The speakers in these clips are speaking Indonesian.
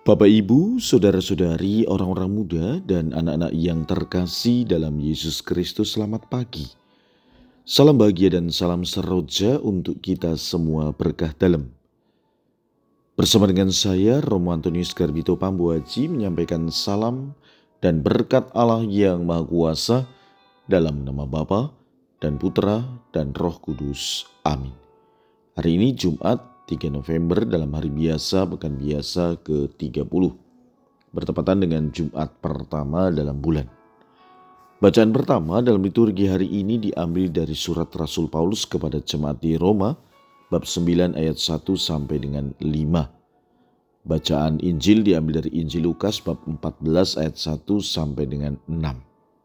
Bapak, Ibu, saudara-saudari, orang-orang muda, dan anak-anak yang terkasih dalam Yesus Kristus, selamat pagi. Salam bahagia dan salam seroja untuk kita semua berkah dalam. Bersama dengan saya, Romo Antonius Garbito Pambuaji, menyampaikan salam dan berkat Allah yang Maha Kuasa dalam nama Bapa dan Putra dan Roh Kudus. Amin. Hari ini Jumat 3 November dalam hari biasa, pekan biasa ke-30. Bertepatan dengan Jumat pertama dalam bulan. Bacaan pertama dalam liturgi hari ini diambil dari surat Rasul Paulus kepada jemaat di Roma, bab 9 ayat 1 sampai dengan 5. Bacaan Injil diambil dari Injil Lukas bab 14 ayat 1 sampai dengan 6.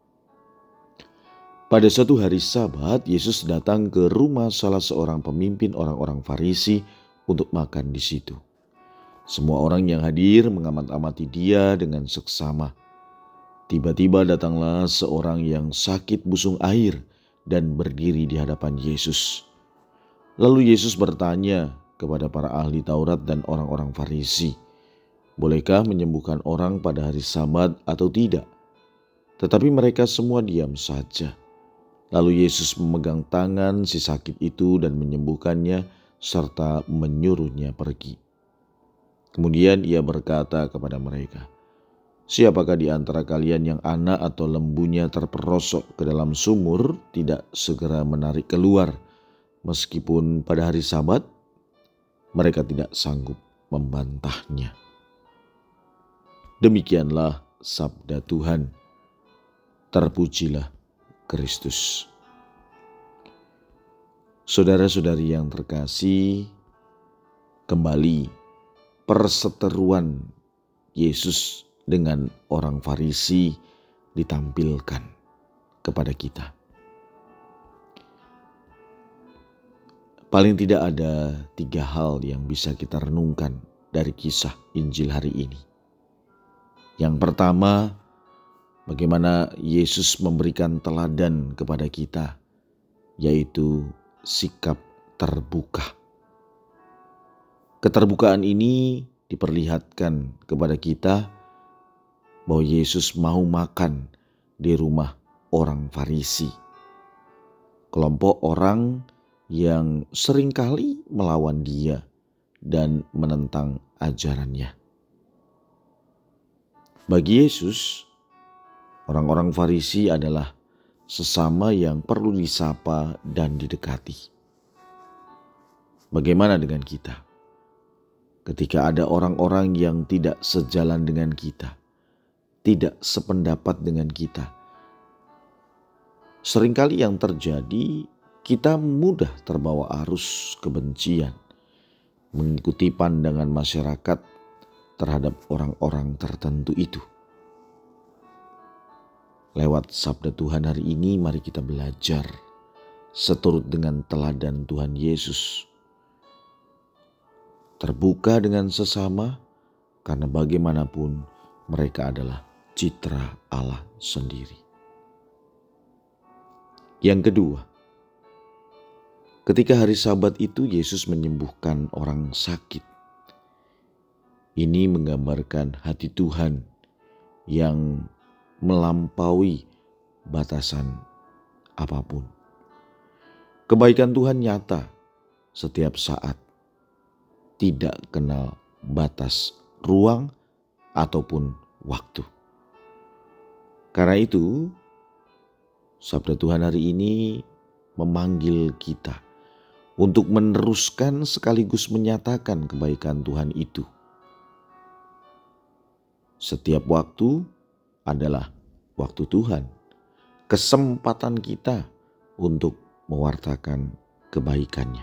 Pada suatu hari Sabat, Yesus datang ke rumah salah seorang pemimpin orang-orang Farisi untuk makan di situ. Semua orang yang hadir mengamat-amati dia dengan seksama. Tiba-tiba datanglah seorang yang sakit busung air dan berdiri di hadapan Yesus. Lalu Yesus bertanya kepada para ahli Taurat dan orang-orang Farisi, "Bolehkah menyembuhkan orang pada hari Sabat atau tidak?" Tetapi mereka semua diam saja. Lalu Yesus memegang tangan si sakit itu dan menyembuhkannya serta menyuruhnya pergi. Kemudian ia berkata kepada mereka, "Siapakah di antara kalian yang anak atau lembunya terperosok ke dalam sumur tidak segera menarik keluar meskipun pada hari Sabat?" Mereka tidak sanggup membantahnya. Demikianlah sabda Tuhan. Terpujilah Kristus. Saudara-saudari yang terkasih, kembali perseteruan Yesus dengan orang Farisi ditampilkan kepada kita. Paling tidak ada 3 hal yang bisa kita renungkan dari kisah Injil hari ini. Yang pertama, bagaimana Yesus memberikan teladan kepada kita, yaitu sikap terbuka. Keterbukaan ini diperlihatkan kepada kita bahwa Yesus mau makan di rumah orang Farisi. Kelompok orang yang seringkali melawan dia dan menentang ajarannya. Bagi Yesus, orang-orang Farisi adalah sesama yang perlu disapa dan didekati. Bagaimana dengan kita? Ketika ada orang-orang yang tidak sejalan dengan kita, tidak sependapat dengan kita, seringkali yang terjadi, kita mudah terbawa arus kebencian, mengikuti pandangan masyarakat terhadap orang-orang tertentu itu. Lewat sabda Tuhan hari ini, mari kita belajar seturut dengan teladan Tuhan Yesus. Terbuka dengan sesama, karena bagaimanapun mereka adalah citra Allah sendiri. Yang kedua, ketika hari Sabat itu Yesus menyembuhkan orang sakit. Ini menggambarkan hati Tuhan yang melampaui batasan apapun. Kebaikan Tuhan nyata setiap saat, tidak kenal batas ruang ataupun waktu. Karena itu, sabda Tuhan hari ini memanggil kita untuk meneruskan sekaligus menyatakan kebaikan Tuhan itu. Setiap waktu adalah waktu Tuhan, kesempatan kita untuk mewartakan kebaikannya.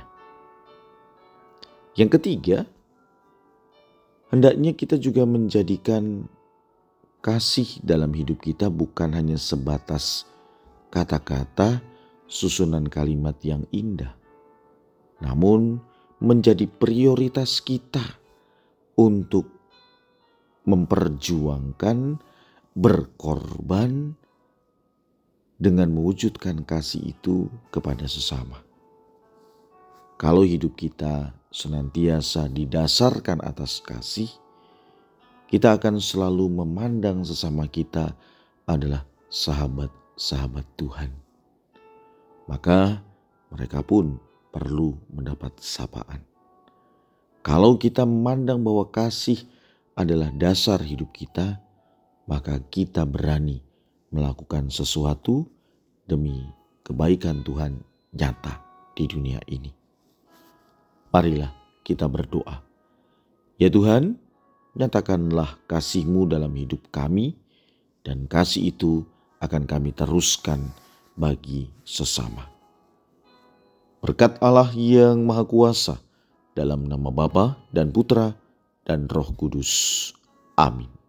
Yang ketiga, hendaknya kita juga menjadikan kasih dalam hidup kita bukan hanya sebatas kata-kata, susunan kalimat yang indah, namun menjadi prioritas kita untuk memperjuangkan, berkorban dengan mewujudkan kasih itu kepada sesama. Kalau hidup kita senantiasa didasarkan atas kasih, kita akan selalu memandang sesama kita adalah sahabat-sahabat Tuhan. Maka mereka pun perlu mendapat sapaan. Kalau kita memandang bahwa kasih adalah dasar hidup kita, maka kita berani melakukan sesuatu demi kebaikan Tuhan nyata di dunia ini. Marilah kita berdoa. Ya Tuhan, nyatakanlah kasih-Mu dalam hidup kami, dan kasih itu akan kami teruskan bagi sesama. Berkat Allah yang Maha Kuasa, dalam nama Bapa dan Putra dan Roh Kudus. Amin.